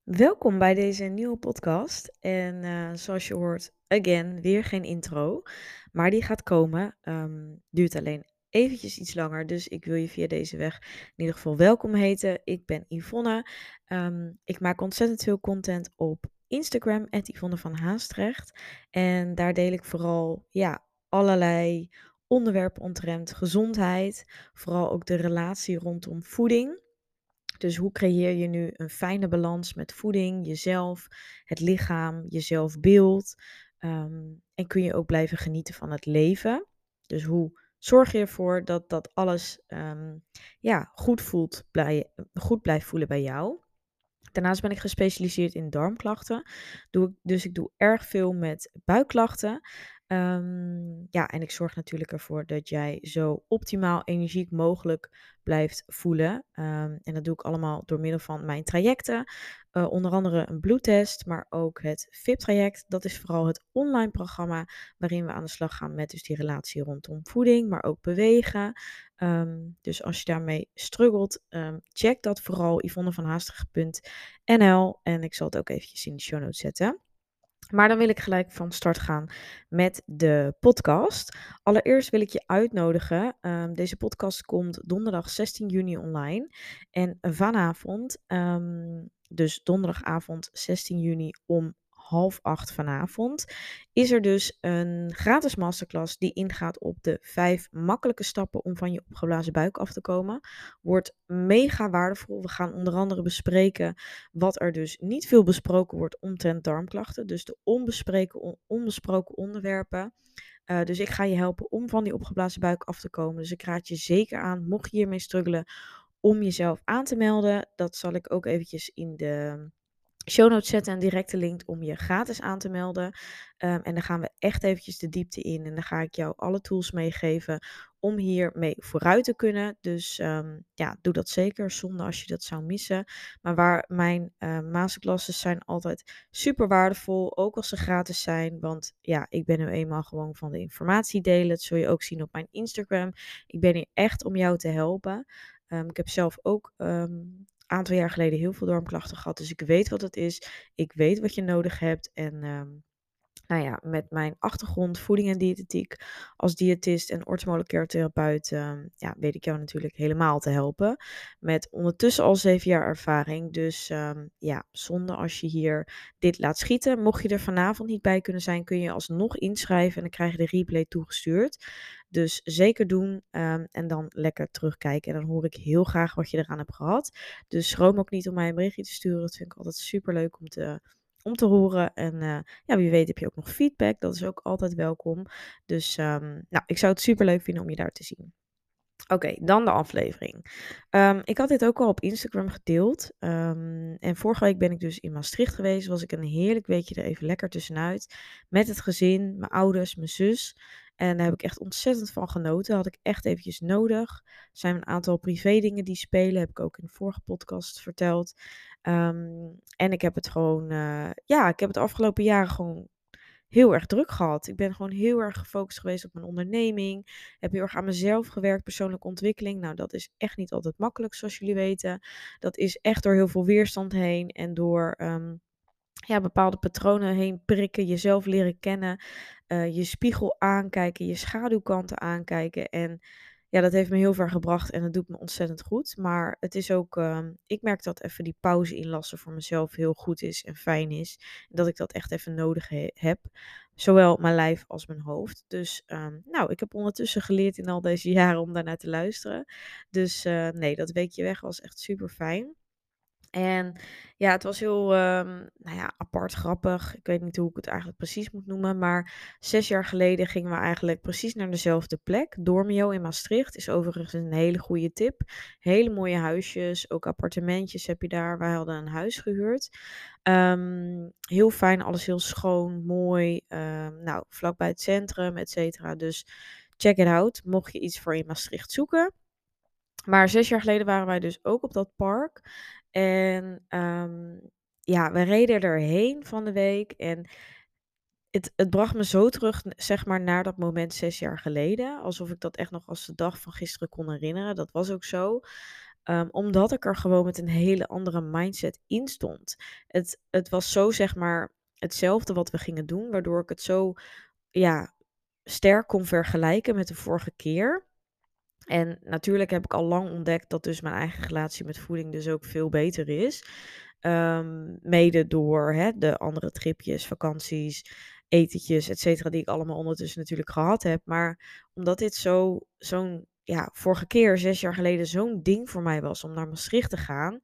Welkom bij deze nieuwe podcast. En zoals je hoort, again, weer geen intro. Maar die gaat komen. Duurt alleen eventjes iets langer. Dus ik wil je via deze weg in ieder geval welkom heten. Ik ben Yvonne. Ik maak ontzettend veel content op Instagram, Yvonne van Haastrecht. En daar deel ik vooral allerlei onderwerpen omtrent gezondheid. Vooral ook de relatie rondom voeding. Dus hoe creëer je nu een fijne balans met voeding, jezelf, het lichaam, je zelfbeeld? En kun je ook blijven genieten van het leven? Dus hoe zorg je ervoor dat dat alles goed voelt, goed blijft voelen bij jou? Daarnaast ben ik gespecialiseerd in darmklachten. Dus ik doe erg veel met buikklachten. En ik zorg natuurlijk ervoor dat jij zo optimaal energiek mogelijk blijft voelen. En dat doe ik allemaal door middel van mijn trajecten. Onder andere een bloedtest, maar ook het VIP-traject. Dat is vooral het online programma waarin we aan de slag gaan met dus die relatie rondom voeding, maar ook bewegen. Dus als je daarmee struggelt, check dat vooral yvonnevanhaastig.nl en ik zal het ook eventjes in de show notes zetten. Maar dan wil ik gelijk van start gaan met de podcast. Allereerst wil ik je uitnodigen. Deze podcast komt donderdag 16 juni online. En vanavond, dus donderdagavond 16 juni om 7:30 vanavond, is er dus een gratis masterclass die ingaat op de 5 makkelijke stappen om van je opgeblazen buik af te komen. Wordt mega waardevol. We gaan onder andere bespreken wat er dus niet veel besproken wordt omtrent darmklachten. Dus de onbesproken onderwerpen. Dus ik ga je helpen om van die opgeblazen buik af te komen. Dus ik raad je zeker aan, mocht je hiermee struggelen, om jezelf aan te melden. Dat zal ik ook eventjes in de show notes zetten, een directe link om je gratis aan te melden. En dan gaan we echt eventjes de diepte in. En dan ga ik jou alle tools meegeven om hiermee vooruit te kunnen. Dus doe dat zeker, zonde als je dat zou missen. Maar waar mijn masterclasses zijn altijd super waardevol, ook als ze gratis zijn. Want ja, ik ben nu eenmaal gewoon van de informatie delen. Dat zul je ook zien op mijn Instagram. Ik ben hier echt om jou te helpen. Ik heb zelf ook aantal jaar geleden heel veel darmklachten gehad. Dus ik weet wat het is. Ik weet wat je nodig hebt. En met mijn achtergrond voeding en diëtetiek als diëtist en orthomoleculair therapeut, weet ik jou natuurlijk helemaal te helpen. Met ondertussen al 7 jaar ervaring. Dus zonde als je hier dit laat schieten. Mocht je er vanavond niet bij kunnen zijn, kun je alsnog inschrijven en dan krijg je de replay toegestuurd. Dus zeker doen en dan lekker terugkijken. En dan hoor ik heel graag wat je eraan hebt gehad. Dus schroom ook niet om mij een berichtje te sturen. Dat vind ik altijd super leuk om te horen. En wie weet heb je ook nog feedback. Dat is ook altijd welkom. Dus ik zou het super leuk vinden om je daar te zien. Oké, dan de aflevering. Ik had dit ook al op Instagram gedeeld. En vorige week ben ik dus in Maastricht geweest. Was ik een heerlijk weekje er even lekker tussenuit. Met het gezin, mijn ouders, mijn zus. En daar heb ik echt ontzettend van genoten. Had ik echt eventjes nodig. Er zijn een aantal privé dingen die spelen. Heb ik ook in de vorige podcast verteld. En ik heb het gewoon, ik heb het de afgelopen jaren gewoon heel erg druk gehad. Ik ben gewoon heel erg gefocust geweest op mijn onderneming. Heb heel erg aan mezelf gewerkt, persoonlijke ontwikkeling. Nou, dat is echt niet altijd makkelijk, zoals jullie weten. Dat is echt door heel veel weerstand heen en door bepaalde patronen heen prikken, jezelf leren kennen, je spiegel aankijken, je schaduwkanten aankijken. En ja, dat heeft me heel ver gebracht en dat doet me ontzettend goed. Maar het is ook, ik merk dat even die pauze inlassen voor mezelf heel goed is en fijn is. En dat ik dat echt even nodig heb. Zowel mijn lijf als mijn hoofd. Dus ik heb ondertussen geleerd in al deze jaren om daarnaar te luisteren. Dus nee, dat weekje weg was echt super fijn. En ja, het was heel, apart, grappig. Ik weet niet hoe ik het eigenlijk precies moet noemen. Maar 6 jaar geleden gingen we eigenlijk precies naar dezelfde plek. Dormio in Maastricht is overigens een hele goede tip. Hele mooie huisjes, ook appartementjes heb je daar. Wij hadden een huis gehuurd. Heel fijn, alles heel schoon, mooi. Vlakbij het centrum, et cetera. Dus check it out, mocht je iets voor in Maastricht zoeken. Maar 6 jaar geleden waren wij dus ook op dat park. En we reden erheen van de week. En het bracht me zo terug, zeg maar, naar dat moment 6 jaar geleden. Alsof ik dat echt nog als de dag van gisteren kon herinneren. Dat was ook zo. Omdat ik er gewoon met een hele andere mindset in stond. Het was zo, zeg maar, hetzelfde wat we gingen doen, waardoor ik het zo, ja, sterk kon vergelijken met de vorige keer. En natuurlijk heb ik al lang ontdekt dat dus mijn eigen relatie met voeding dus ook veel beter is. Mede door de andere tripjes, vakanties, etentjes, et cetera, die ik allemaal ondertussen natuurlijk gehad heb. Maar omdat dit zo'n, ja, vorige keer, 6 jaar geleden, zo'n ding voor mij was om naar Maastricht te gaan,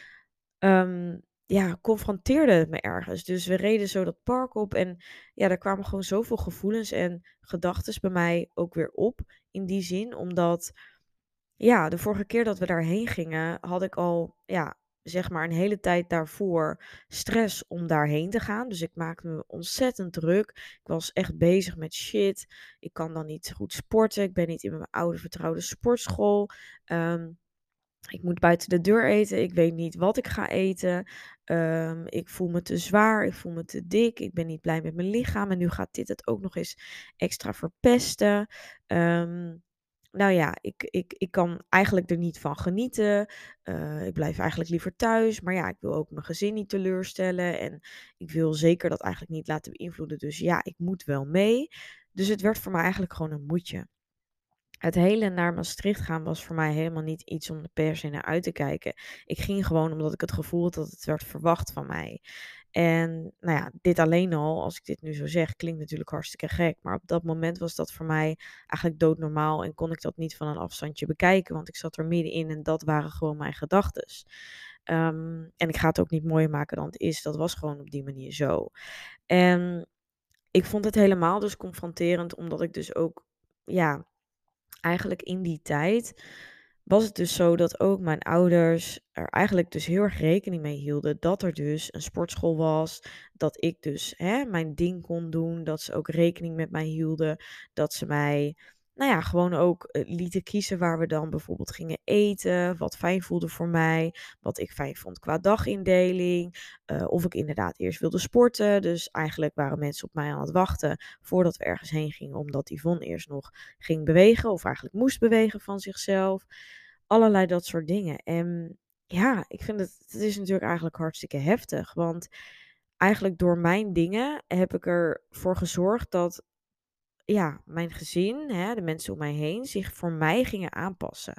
ja, confronteerde het me ergens. Dus we reden zo dat park op en ja, daar kwamen gewoon zoveel gevoelens en gedachtes bij mij ook weer op. In die zin, omdat ja, de vorige keer dat we daarheen gingen, had ik al, ja, zeg maar een hele tijd daarvoor stress om daarheen te gaan. Dus ik maakte me ontzettend druk. Ik was echt bezig met shit. Ik kan dan niet goed sporten. Ik ben niet in mijn oude vertrouwde sportschool. Ehm, ik moet buiten de deur eten. Ik weet niet wat ik ga eten. Ik voel me te zwaar. Ik voel me te dik. Ik ben niet blij met mijn lichaam. En nu gaat dit het ook nog eens extra verpesten. Ehm, nou ja, ik kan eigenlijk er niet van genieten. Ik blijf eigenlijk liever thuis. Maar ja, ik wil ook mijn gezin niet teleurstellen. En ik wil zeker dat eigenlijk niet laten beïnvloeden. Dus ja, ik moet wel mee. Dus het werd voor mij eigenlijk gewoon een moedje. Het hele naar Maastricht gaan was voor mij helemaal niet iets om er per se naar uit te kijken. Ik ging gewoon omdat ik het gevoel had dat het werd verwacht van mij. En nou ja, dit alleen al, als ik dit nu zo zeg, klinkt natuurlijk hartstikke gek. Maar op dat moment was dat voor mij eigenlijk doodnormaal en kon ik dat niet van een afstandje bekijken. Want ik zat er middenin en dat waren gewoon mijn gedachtes. En ik ga het ook niet mooier maken dan het is. Dat was gewoon op die manier zo. En ik vond het helemaal dus confronterend, omdat ik dus ook, ja, eigenlijk in die tijd was het dus zo dat ook mijn ouders er eigenlijk dus heel erg rekening mee hielden dat er dus een sportschool was, dat ik dus mijn ding kon doen, dat ze ook rekening met mij hielden, dat ze mij, nou ja, gewoon ook lieten kiezen waar we dan bijvoorbeeld gingen eten, wat fijn voelde voor mij, wat ik fijn vond qua dagindeling, of ik inderdaad eerst wilde sporten. Dus eigenlijk waren mensen op mij aan het wachten voordat we ergens heen gingen, omdat Yvonne eerst nog ging bewegen of eigenlijk moest bewegen van zichzelf. Allerlei dat soort dingen. En ja, ik vind het is natuurlijk eigenlijk hartstikke heftig. Want eigenlijk door mijn dingen heb ik ervoor gezorgd dat ja, mijn gezin, de mensen om mij heen, zich voor mij gingen aanpassen.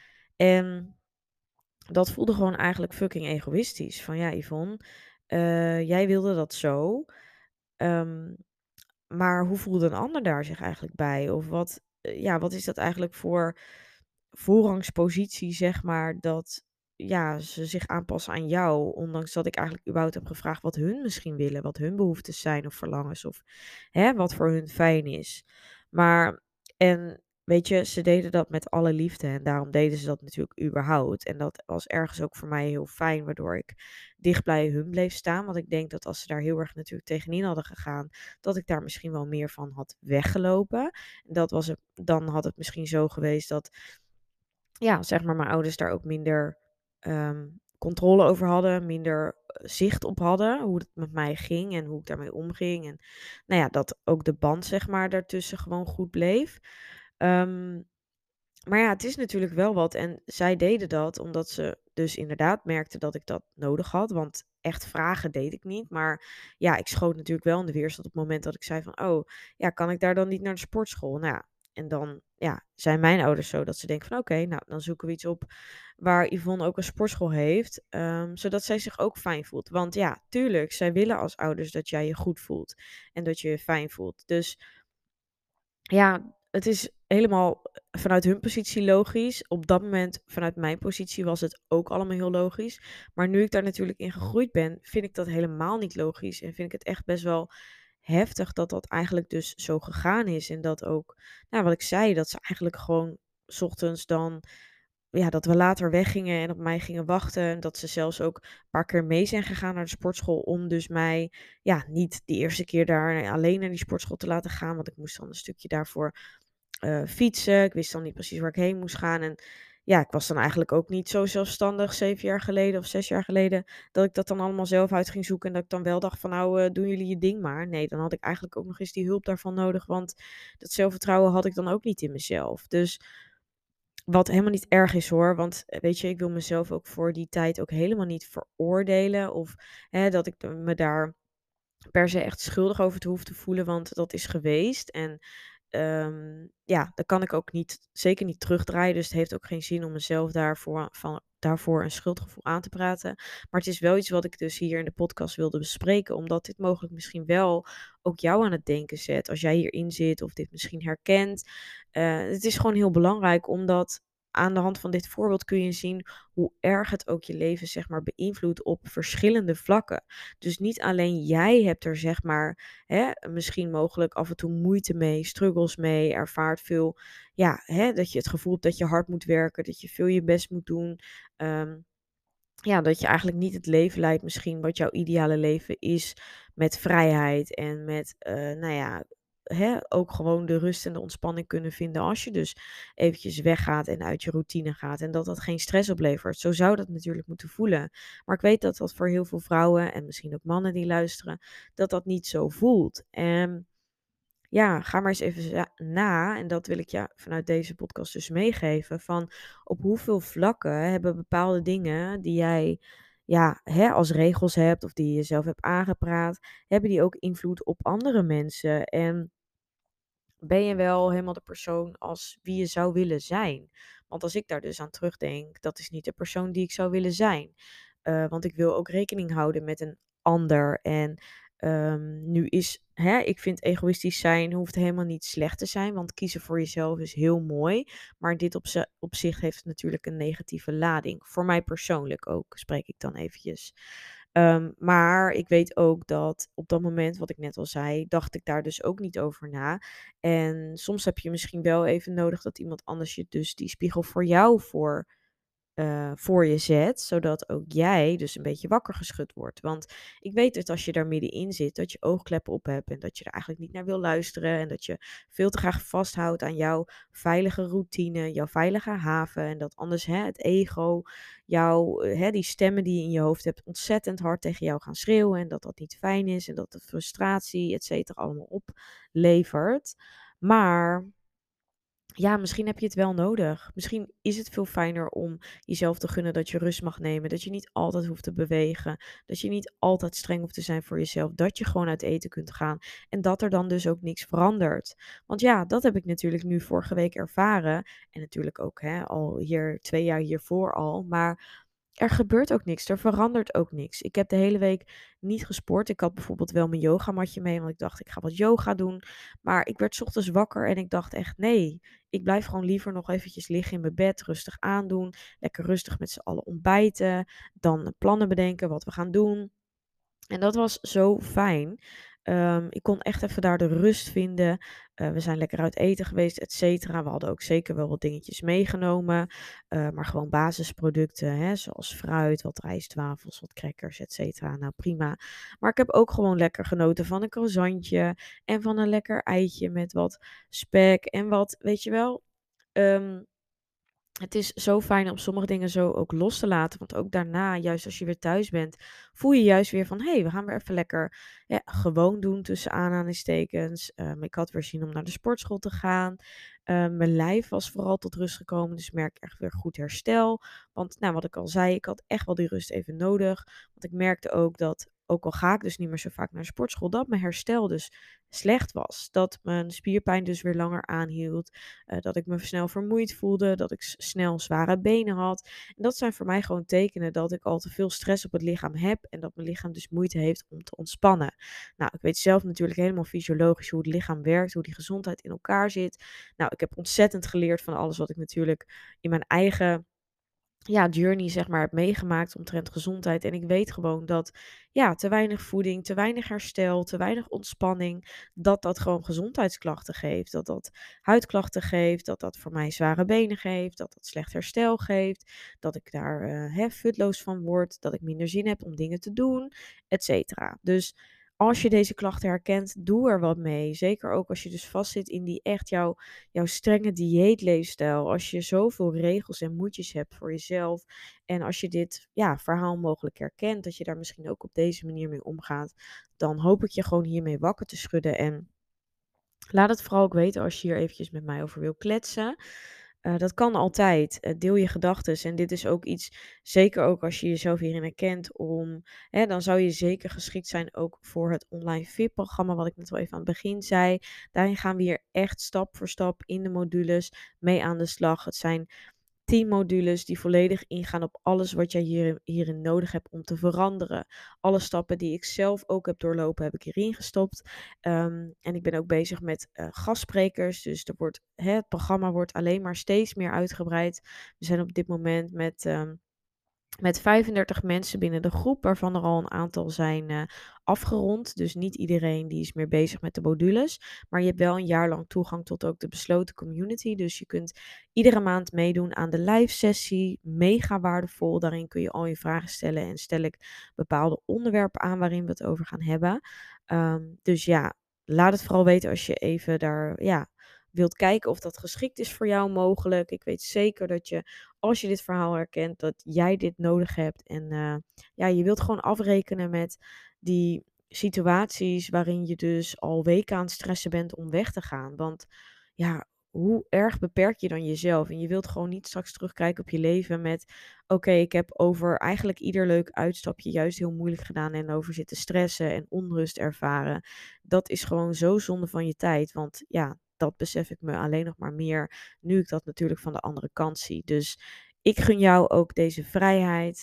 En dat voelde gewoon eigenlijk fucking egoïstisch. Van ja, Yvonne, jij wilde dat zo. Ehm, Maar hoe voelde een ander daar zich eigenlijk bij? Of wat, ja, wat is dat eigenlijk voor voorrangspositie, zeg maar, dat ja, ze zich aanpassen aan jou, ondanks dat ik eigenlijk überhaupt heb gevraagd wat hun misschien willen, wat hun behoeftes zijn of verlangens, of wat voor hun fijn is. Maar, en weet je, ze deden dat met alle liefde en daarom deden ze dat natuurlijk überhaupt. En dat was ergens ook voor mij heel fijn, waardoor ik dicht bij hun bleef staan. Want ik denk dat als ze daar heel erg natuurlijk tegenin hadden gegaan, dat ik daar misschien wel meer van had weggelopen. En dat was het, dan had het misschien zo geweest dat, ja, zeg maar, mijn ouders daar ook minder controle over hadden, minder zicht op hadden, hoe het met mij ging en hoe ik daarmee omging. En nou ja, dat ook de band, zeg maar, daartussen gewoon goed bleef. Ehm, maar ja, het is natuurlijk wel wat. En zij deden dat omdat ze dus inderdaad merkten dat ik dat nodig had. Want echt vragen deed ik niet. Maar ja, ik schoot natuurlijk wel in de weerstand op het moment dat ik zei van, oh, ja, kan ik daar dan niet naar de sportschool? Nou ja, en dan ja, zijn mijn ouders zo dat ze denken van, oké, nou, dan zoeken we iets op waar Yvonne ook een sportschool heeft. Zodat zij zich ook fijn voelt. Want ja, tuurlijk, zij willen als ouders dat jij je goed voelt. En dat je je fijn voelt. Dus ja, het is helemaal vanuit hun positie logisch. Op dat moment, vanuit mijn positie, was het ook allemaal heel logisch. Maar nu ik daar natuurlijk in gegroeid ben, vind ik dat helemaal niet logisch. En vind ik het echt best wel heftig dat dat eigenlijk dus zo gegaan is. En dat ook, nou, wat ik zei, dat ze eigenlijk gewoon 's ochtends dan, ja, dat we later weggingen en op mij gingen wachten. En dat ze zelfs ook een paar keer mee zijn gegaan naar de sportschool om dus mij, ja, niet die eerste keer daar alleen naar die sportschool te laten gaan. Want ik moest dan een stukje daarvoor fietsen. Ik wist dan niet precies waar ik heen moest gaan. En ja, ik was dan eigenlijk ook niet zo zelfstandig 7 jaar geleden of 6 jaar geleden, dat ik dat dan allemaal zelf uit ging zoeken. En dat ik dan wel dacht van nou, doen jullie je ding maar. Nee, dan had ik eigenlijk ook nog eens die hulp daarvan nodig. Want dat zelfvertrouwen had ik dan ook niet in mezelf. Dus Wat helemaal niet erg is hoor, want weet je, ik wil mezelf ook voor die tijd ook helemaal niet veroordelen of dat ik me daar per se echt schuldig over te hoeven te voelen, want dat is geweest. En ja, dat kan ik ook niet, zeker niet terugdraaien. Dus het heeft ook geen zin om mezelf daarvoor een schuldgevoel aan te praten. Maar het is wel iets wat ik dus hier in de podcast wilde bespreken, omdat dit mogelijk misschien wel ook jou aan het denken zet. Als jij hierin zit of dit misschien herkent. Het is gewoon heel belangrijk, omdat aan de hand van dit voorbeeld kun je zien hoe erg het ook je leven, zeg maar, beïnvloedt op verschillende vlakken. Dus niet alleen jij hebt er, zeg maar, misschien mogelijk af en toe moeite mee, struggles mee, ervaart veel, ja, dat je het gevoel hebt dat je hard moet werken, dat je veel je best moet doen. Ehm, ja, dat je eigenlijk niet het leven leidt misschien wat jouw ideale leven is, met vrijheid en met, nou ja, ook gewoon de rust en de ontspanning kunnen vinden als je dus eventjes weggaat en uit je routine gaat en dat dat geen stress oplevert. Zo zou dat natuurlijk moeten voelen. Maar ik weet dat dat voor heel veel vrouwen en misschien ook mannen die luisteren, dat dat niet zo voelt. En ja, ga maar eens even na, en dat wil ik je vanuit deze podcast dus meegeven, van op hoeveel vlakken hebben bepaalde dingen die jij ja, als regels hebt of die je jezelf hebt aangepraat, hebben die ook invloed op andere mensen? En ben je wel helemaal de persoon als wie je zou willen zijn? Want als ik daar dus aan terugdenk, dat is niet de persoon die ik zou willen zijn. Want ik wil ook rekening houden met een ander. En nu is, ik vind egoïstisch zijn hoeft helemaal niet slecht te zijn. Want kiezen voor jezelf is heel mooi. Maar dit op zich heeft natuurlijk een negatieve lading. Voor mij persoonlijk ook, spreek ik dan eventjes. Maar ik weet ook dat op dat moment, wat ik net al zei, dacht ik daar dus ook niet over na. En soms heb je misschien wel even nodig dat iemand anders je dus die spiegel voor jou voor je zet, zodat ook jij dus een beetje wakker geschud wordt. Want ik weet dat als je daar middenin zit, dat je oogkleppen op hebt en dat je er eigenlijk niet naar wil luisteren en dat je veel te graag vasthoudt aan jouw veilige routine, jouw veilige haven en dat anders het ego, die stemmen die je in je hoofd hebt ontzettend hard tegen jou gaan schreeuwen en dat dat niet fijn is en dat de frustratie, et cetera, allemaal oplevert. Maar ja, misschien heb je het wel nodig. Misschien is het veel fijner om jezelf te gunnen dat je rust mag nemen. Dat je niet altijd hoeft te bewegen. Dat je niet altijd streng hoeft te zijn voor jezelf. Dat je gewoon uit eten kunt gaan. En dat er dan dus ook niks verandert. Want ja, dat heb ik natuurlijk nu vorige week ervaren. En natuurlijk ook al hier 2 jaar hiervoor al. Maar er gebeurt ook niks, er verandert ook niks. Ik heb de hele week niet gesport. Ik had bijvoorbeeld wel mijn yogamatje mee, want ik dacht ik ga wat yoga doen. Maar ik werd 's ochtends wakker en ik dacht echt nee, ik blijf gewoon liever nog eventjes liggen in mijn bed, rustig aandoen. Lekker rustig met z'n allen ontbijten, dan plannen bedenken wat we gaan doen. En dat was zo fijn. Ik kon echt even daar de rust vinden. We zijn lekker uit eten geweest, et cetera. We hadden ook zeker wel wat dingetjes meegenomen. Maar gewoon basisproducten, zoals fruit, wat rijstwafels, wat crackers, et cetera. Nou, prima. Maar ik heb ook gewoon lekker genoten van een croissantje en van een lekker eitje met wat spek en wat, weet je wel. Ehm, Het is zo fijn om sommige dingen zo ook los te laten. Want ook daarna, juist als je weer thuis bent, voel je juist weer van, hé, we gaan weer even lekker gewoon doen tussen aanhalingstekens. Ik had weer zin om naar de sportschool te gaan. Mijn lijf was vooral tot rust gekomen, dus ik merk echt weer goed herstel. Want nou, wat ik al zei, ik had echt wel die rust even nodig. Want ik merkte ook dat, ook al ga ik dus niet meer zo vaak naar de sportschool, dat mijn herstel dus slecht was. Dat mijn spierpijn dus weer langer aanhield. Dat ik me snel vermoeid voelde, dat ik snel zware benen had. En dat zijn voor mij gewoon tekenen dat ik al te veel stress op het lichaam heb en dat mijn lichaam dus moeite heeft om te ontspannen. Nou, ik weet zelf natuurlijk helemaal fysiologisch hoe het lichaam werkt, hoe die gezondheid in elkaar zit. Nou, ik heb ontzettend geleerd van alles wat ik natuurlijk in mijn eigen journey, zeg maar, heb meegemaakt omtrent gezondheid. En ik weet gewoon dat, te weinig voeding, te weinig herstel, te weinig ontspanning, dat dat gewoon gezondheidsklachten geeft. Dat dat huidklachten geeft, dat dat voor mij zware benen geeft, dat dat slecht herstel geeft, dat ik daar futloos van word, dat ik minder zin heb om dingen te doen, et cetera. Dus als je deze klachten herkent, doe er wat mee. Zeker ook als je dus vastzit in die echt jouw strenge dieetleefstijl, als je zoveel regels en moedjes hebt voor jezelf en als je dit verhaal mogelijk herkent, dat je daar misschien ook op deze manier mee omgaat, dan hoop ik je gewoon hiermee wakker te schudden. En laat het vooral ook weten als je hier eventjes met mij over wil kletsen. Dat kan altijd. Deel je gedachtes. En dit is ook iets, zeker ook als je jezelf hierin herkent, dan zou je zeker geschikt zijn ook voor het online VIP-programma, wat ik net al even aan het begin zei. Daarin gaan we hier echt stap voor stap in de modules mee aan de slag. Het zijn 10 modules die volledig ingaan op alles wat jij hierin nodig hebt om te veranderen. Alle stappen die ik zelf ook heb doorlopen, heb ik hierin gestopt. En ik ben ook bezig met gastsprekers. Dus het programma wordt alleen maar steeds meer uitgebreid. We zijn op dit moment met 35 mensen binnen de groep, waarvan er al een aantal zijn afgerond. Dus niet iedereen die is meer bezig met de modules. Maar je hebt wel een jaar lang toegang tot ook de besloten community. Dus je kunt iedere maand meedoen aan de live sessie. Mega waardevol. Daarin kun je al je vragen stellen en stel ik bepaalde onderwerpen aan waarin we het over gaan hebben. Dus ja, laat het vooral weten als je even daar wilt kijken of dat geschikt is voor jou mogelijk. Ik weet zeker dat je, als je dit verhaal herkent, dat jij dit nodig hebt. En je wilt gewoon afrekenen met die situaties waarin je dus al weken aan het stressen bent om weg te gaan. Want ja, hoe erg beperk je dan jezelf? En je wilt gewoon niet straks terugkijken op je leven met, oké, ik heb over eigenlijk ieder leuk uitstapje juist heel moeilijk gedaan en over zitten stressen en onrust ervaren. Dat is gewoon zo zonde van je tijd. Want ja, dat besef ik me alleen nog maar meer nu ik dat natuurlijk van de andere kant zie. Dus ik gun jou ook deze vrijheid,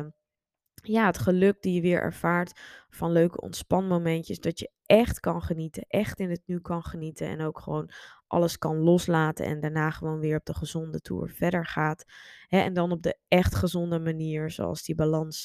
het geluk die je weer ervaart van leuke ontspanmomentjes. Dat je echt kan genieten, echt in het nu kan genieten en ook gewoon alles kan loslaten en daarna gewoon weer op de gezonde toer verder gaat. En dan op de echt gezonde manier, zoals die balans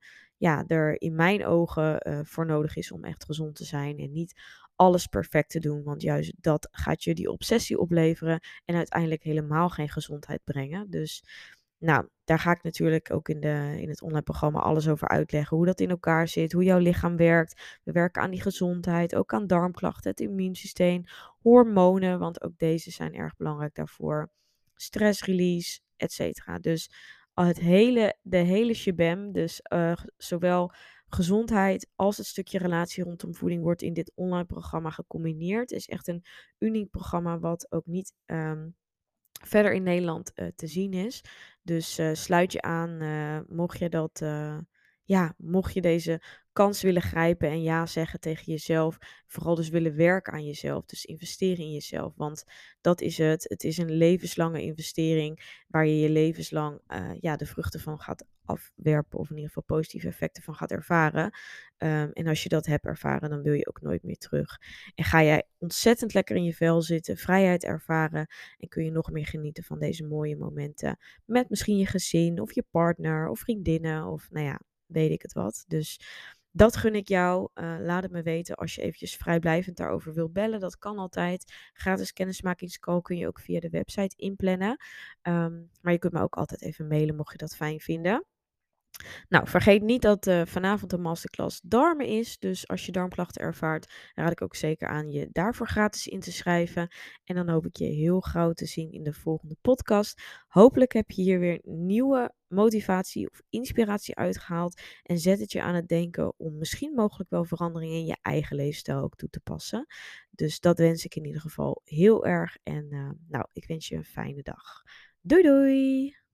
er in mijn ogen voor nodig is om echt gezond te zijn en niet alles perfect te doen, want juist dat gaat je die obsessie opleveren en uiteindelijk helemaal geen gezondheid brengen. Dus nou, daar ga ik natuurlijk ook in het online programma alles over uitleggen. Hoe dat in elkaar zit, hoe jouw lichaam werkt. We werken aan die gezondheid, ook aan darmklachten, het immuunsysteem, hormonen, want ook deze zijn erg belangrijk daarvoor. Stressrelease, et cetera. Dus de hele shabam, dus zowel gezondheid als het stukje relatie rondom voeding wordt in dit online programma gecombineerd. Het is echt een uniek programma wat ook niet verder in Nederland te zien is. Dus sluit je aan, mocht je deze kans willen grijpen en ja zeggen tegen jezelf. Vooral dus willen werken aan jezelf. Dus investeren in jezelf. Want dat is het. Het is een levenslange investering waar je levenslang de vruchten van gaat afwerpen. Of in ieder geval positieve effecten van gaat ervaren. En als je dat hebt ervaren, dan wil je ook nooit meer terug. En ga jij ontzettend lekker in je vel zitten, vrijheid ervaren. En kun je nog meer genieten van deze mooie momenten. Met misschien je gezin of je partner of vriendinnen of weet ik het wat. Dus dat gun ik jou. Laat het me weten als je eventjes vrijblijvend daarover wilt bellen. Dat kan altijd. Gratis kennismakingscall kun je ook via de website inplannen. Maar je kunt me ook altijd even mailen mocht je dat fijn vinden. Nou, vergeet niet dat vanavond de masterclass darmen is. Dus als je darmklachten ervaart, raad ik ook zeker aan je daarvoor gratis in te schrijven. En dan hoop ik je heel gauw te zien in de volgende podcast. Hopelijk heb je hier weer nieuwe motivatie of inspiratie uitgehaald. En zet het je aan het denken om misschien mogelijk wel veranderingen in je eigen levensstijl ook toe te passen. Dus dat wens ik in ieder geval heel erg. En ik wens je een fijne dag. Doei doei!